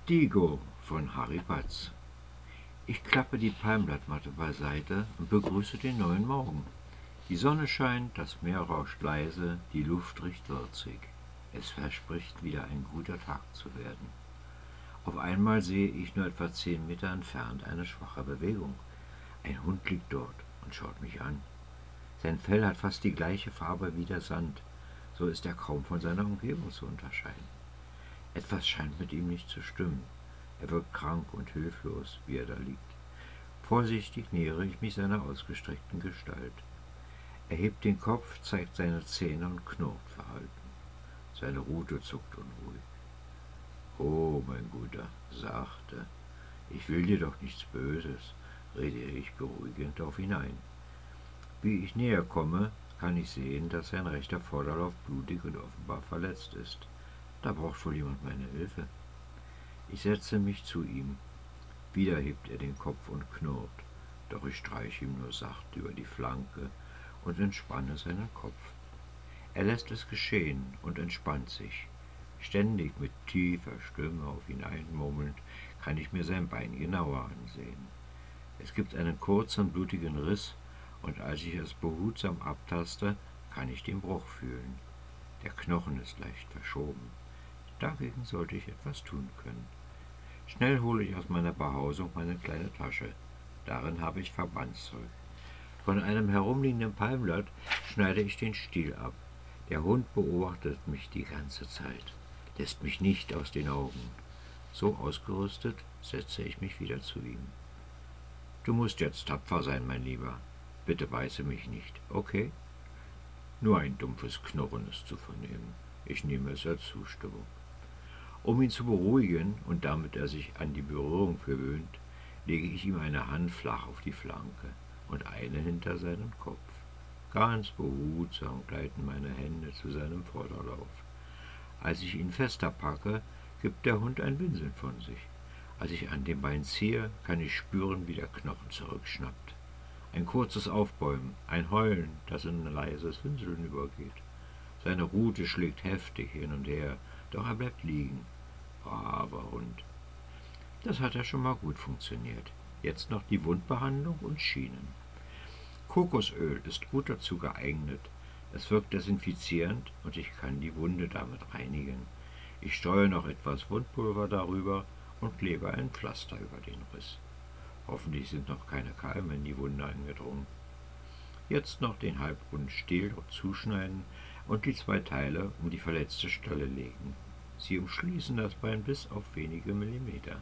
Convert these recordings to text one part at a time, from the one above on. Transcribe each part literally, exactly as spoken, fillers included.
Digo von Harry Batz. Ich klappe die Palmblattmatte beiseite und begrüße den neuen Morgen. Die Sonne scheint, das Meer rauscht leise, die Luft riecht würzig. Es verspricht, wieder ein guter Tag zu werden. Auf einmal sehe ich nur etwa zehn Meter entfernt eine schwache Bewegung. Ein Hund liegt dort und schaut mich an. Sein Fell hat fast die gleiche Farbe wie der Sand. So ist er kaum von seiner Umgebung zu unterscheiden. Etwas scheint mit ihm nicht zu stimmen. Er wirkt krank und hilflos, wie er da liegt. Vorsichtig nähere ich mich seiner ausgestreckten Gestalt. Er hebt den Kopf, zeigt seine Zähne und knurrt verhalten. Seine Rute zuckt unruhig. »Oh, mein Guter«, sagte, »ich will dir doch nichts Böses«, rede ich beruhigend auf ihn ein. Wie ich näher komme, kann ich sehen, dass sein rechter Vorderlauf blutig und offenbar verletzt ist. Da braucht wohl jemand meine Hilfe. Ich setze mich zu ihm. Wieder hebt er den Kopf und knurrt, doch ich streiche ihm nur sacht über die Flanke und entspanne seinen Kopf. Er lässt es geschehen und entspannt sich. Ständig mit tiefer Stimme auf ihn einmurmelnd kann ich mir sein Bein genauer ansehen. Es gibt einen kurzen, blutigen Riss, und als ich es behutsam abtaste, kann ich den Bruch fühlen. Der Knochen ist leicht verschoben. Dagegen sollte ich etwas tun können. Schnell hole ich aus meiner Behausung meine kleine Tasche. Darin habe ich Verbandszeug. Von einem herumliegenden Palmblatt schneide ich den Stiel ab. Der Hund beobachtet mich die ganze Zeit, lässt mich nicht aus den Augen. So ausgerüstet setze ich mich wieder zu ihm. »Du musst jetzt tapfer sein, mein Lieber. Bitte beiße mich nicht, okay?« Nur ein dumpfes Knurren ist zu vernehmen. Ich nehme es als Zustimmung. Um ihn zu beruhigen und damit er sich an die Berührung gewöhnt, lege ich ihm eine Hand flach auf die Flanke und eine hinter seinen Kopf. Ganz behutsam gleiten meine Hände zu seinem Vorderlauf. Als ich ihn fester packe, gibt der Hund ein Winseln von sich. Als ich an dem Bein ziehe, kann ich spüren, wie der Knochen zurückschnappt. Ein kurzes Aufbäumen, ein Heulen, das in ein leises Winseln übergeht. Seine Rute schlägt heftig hin und her, doch er bleibt liegen. Braver Hund. Das hat ja schon mal gut funktioniert. Jetzt noch die Wundbehandlung und Schienen. Kokosöl ist gut dazu geeignet. Es wirkt desinfizierend und ich kann die Wunde damit reinigen. Ich streue noch etwas Wundpulver darüber und klebe ein Pflaster über den Riss. Hoffentlich sind noch keine Keime in die Wunde eingedrungen. Jetzt noch den halbrunden Stiel zuschneiden und die zwei Teile um die verletzte Stelle legen. Sie umschließen das Bein bis auf wenige Millimeter.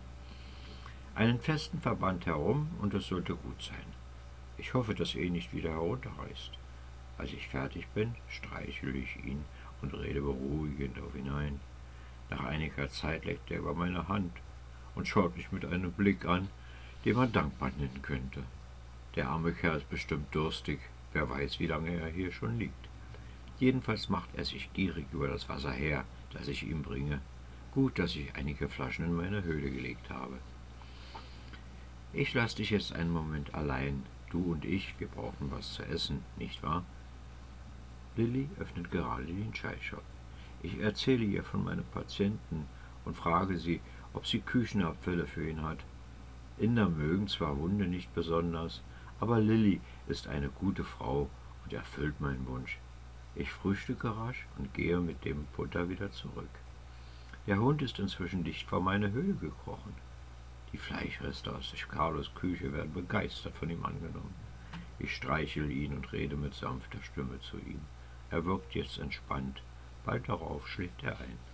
Einen festen Verband herum und es sollte gut sein. Ich hoffe, dass er nicht wieder herunterreißt. Als ich fertig bin, streichle ich ihn und rede beruhigend auf ihn ein. Nach einiger Zeit leckt er über meine Hand und schaut mich mit einem Blick an, den man dankbar nennen könnte. Der arme Kerl ist bestimmt durstig, wer weiß, wie lange er hier schon liegt. Jedenfalls macht er sich gierig über das Wasser her, das ich ihm bringe. Gut, dass ich einige Flaschen in meine Höhle gelegt habe. Ich lasse dich jetzt einen Moment allein. Du und ich, wir brauchen was zu essen, nicht wahr? Lilly öffnet gerade den Chai-Shop. Ich erzähle ihr von meinem Patienten und frage sie, ob sie Küchenabfälle für ihn hat. Inder mögen zwar Hunde nicht besonders, aber Lilly ist eine gute Frau und erfüllt meinen Wunsch. Ich frühstücke rasch und gehe mit dem Futter wieder zurück. Der Hund ist inzwischen dicht vor meine Höhle gekrochen. Die Fleischreste aus der Carlos Küche werden begeistert von ihm angenommen. Ich streichel ihn und rede mit sanfter Stimme zu ihm. Er wirkt jetzt entspannt. Bald darauf schläft er ein.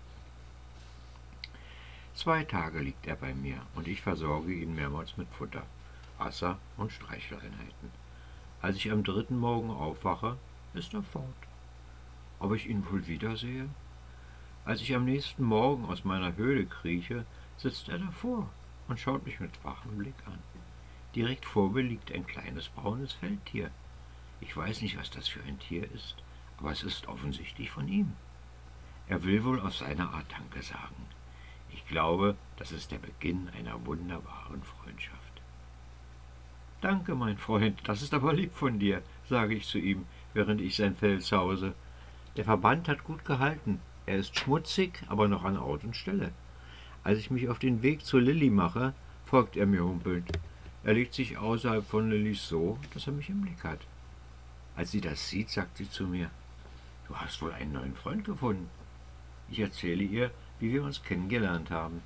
Zwei Tage liegt er bei mir und ich versorge ihn mehrmals mit Futter, Wasser und Streicheleinheiten. Als ich am dritten Morgen aufwache, ist er fort. Ob ich ihn wohl wiedersehe? Als ich am nächsten Morgen aus meiner Höhle krieche, sitzt er davor und schaut mich mit wachem Blick an. Direkt vor mir liegt ein kleines braunes Feldtier. Ich weiß nicht, was das für ein Tier ist, aber es ist offensichtlich von ihm. Er will wohl auf seine Art Danke sagen. Ich glaube, das ist der Beginn einer wunderbaren Freundschaft. »Danke, mein Freund, das ist aber lieb von dir«, sage ich zu ihm, während ich sein Fell zause. »Der Verband hat gut gehalten. Er ist schmutzig, aber noch an Ort und Stelle. Als ich mich auf den Weg zu Lilli mache, folgt er mir humpelnd. Er legt sich außerhalb von Lillis so, dass er mich im Blick hat. Als sie das sieht, sagt sie zu mir: »Du hast wohl einen neuen Freund gefunden.« Ich erzähle ihr, wie wir uns kennengelernt haben.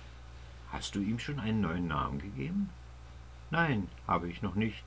»Hast du ihm schon einen neuen Namen gegeben?« »Nein, habe ich noch nicht.«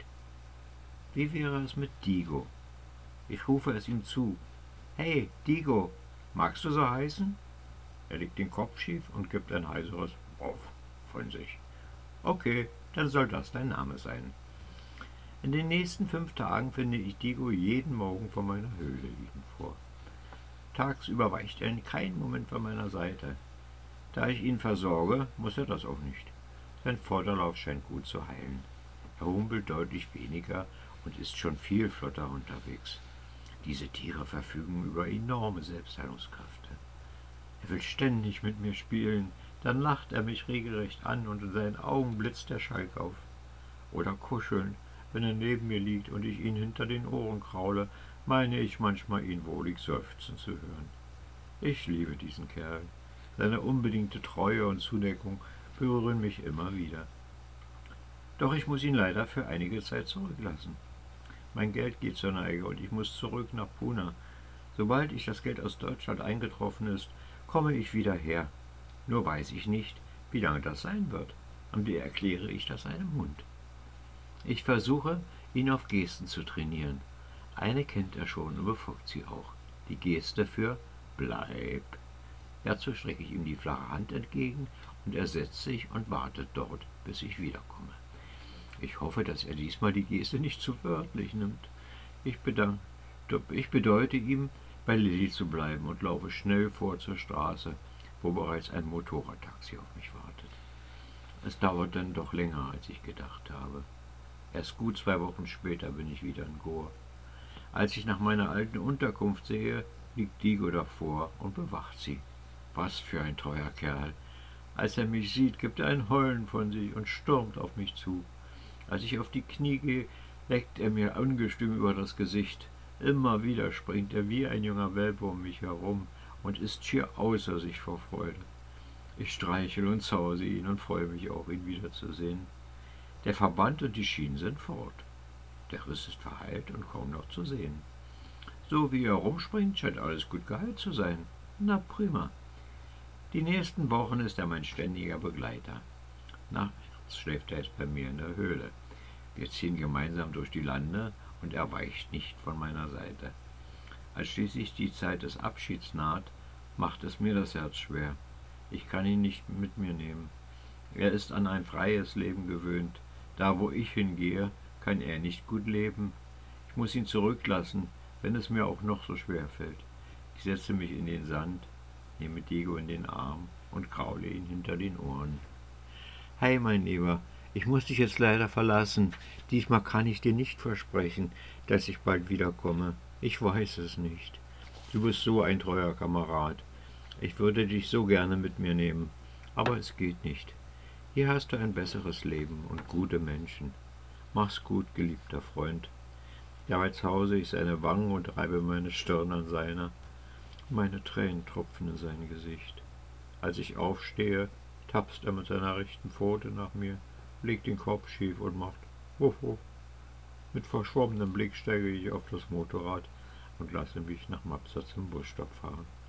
»Wie wäre es mit Digo?« Ich rufe es ihm zu. »Hey, Digo, magst du so heißen?« Er legt den Kopf schief und gibt ein heiseres Wuff von sich. »Okay, dann soll das dein Name sein.« In den nächsten fünf Tagen finde ich Digo jeden Morgen vor meiner Höhle liegen vor. Tagsüber weicht er in keinen Moment von meiner Seite. Da ich ihn versorge, muss er das auch nicht. Sein Vorderlauf scheint gut zu heilen. Er humpelt deutlich weniger und ist schon viel flotter unterwegs. Diese Tiere verfügen über enorme Selbstheilungskräfte. Er will ständig mit mir spielen, dann lacht er mich regelrecht an und in seinen Augen blitzt der Schalk auf. Oder kuscheln, wenn er neben mir liegt und ich ihn hinter den Ohren kraule, meine ich manchmal, ihn wohlig seufzen zu hören. Ich liebe diesen Kerl. Seine unbedingte Treue und Zudeckung berühren mich immer wieder. Doch ich muss ihn leider für einige Zeit zurücklassen. Mein Geld geht zur Neige und ich muss zurück nach Puna. Sobald ich das Geld aus Deutschland eingetroffen ist, komme ich wieder her. Nur weiß ich nicht, wie lange das sein wird. Und wie erkläre ich das einem Hund? Ich versuche, ihn auf Gesten zu trainieren. Eine kennt er schon und befolgt sie auch. Die Geste für »Bleib«. Dazu strecke ich ihm die flache Hand entgegen und er setzt sich und wartet dort, bis ich wiederkomme. Ich hoffe, dass er diesmal die Geste nicht zu wörtlich nimmt. Ich, bedank, ich bedeute ihm, bei Lilli zu bleiben und laufe schnell vor zur Straße, wo bereits ein Motorradtaxi auf mich wartet. Es dauert dann doch länger, als ich gedacht habe. Erst gut zwei Wochen später bin ich wieder in Goa. Als ich nach meiner alten Unterkunft sehe, liegt Digo davor und bewacht sie. Was für ein treuer Kerl. Als er mich sieht, gibt er ein Heulen von sich und stürmt auf mich zu. Als ich auf die Knie gehe, leckt er mir ungestüm über das Gesicht. Immer wieder springt er wie ein junger Welpe um mich herum und ist schier außer sich vor Freude. Ich streichel und zause ihn und freue mich auch, ihn wiederzusehen. Der Verband und die Schienen sind fort. Der Riss ist verheilt und kaum noch zu sehen. So wie er rumspringt, scheint alles gut geheilt zu sein. Na prima. Die nächsten Wochen ist er mein ständiger Begleiter. Nachts schläft er jetzt bei mir in der Höhle. Wir ziehen gemeinsam durch die Lande und er weicht nicht von meiner Seite. Als schließlich die Zeit des Abschieds naht, macht es mir das Herz schwer. Ich kann ihn nicht mit mir nehmen. Er ist an ein freies Leben gewöhnt. Da, wo ich hingehe, kann er nicht gut leben. Ich muss ihn zurücklassen, wenn es mir auch noch so schwer fällt. Ich setze mich in den Sand, nehme Digo in den Arm und kraule ihn hinter den Ohren. »Hey, mein Lieber, ich muss dich jetzt leider verlassen. Diesmal kann ich dir nicht versprechen, dass ich bald wiederkomme. Ich weiß es nicht. Du bist so ein treuer Kamerad. Ich würde dich so gerne mit mir nehmen, aber es geht nicht. Hier hast du ein besseres Leben und gute Menschen. Mach's gut, geliebter Freund.« Dabei zause ich seine Wangen und reibe meine Stirn an seiner. Meine Tränen tropfen in sein Gesicht. Als ich aufstehe, tapst er mit seiner rechten Pfote nach mir, legt den Kopf schief und macht Wuff, wuff. Mit verschwommenem Blick steige ich auf das Motorrad und lasse mich nach Mapsa zum Busstopp fahren.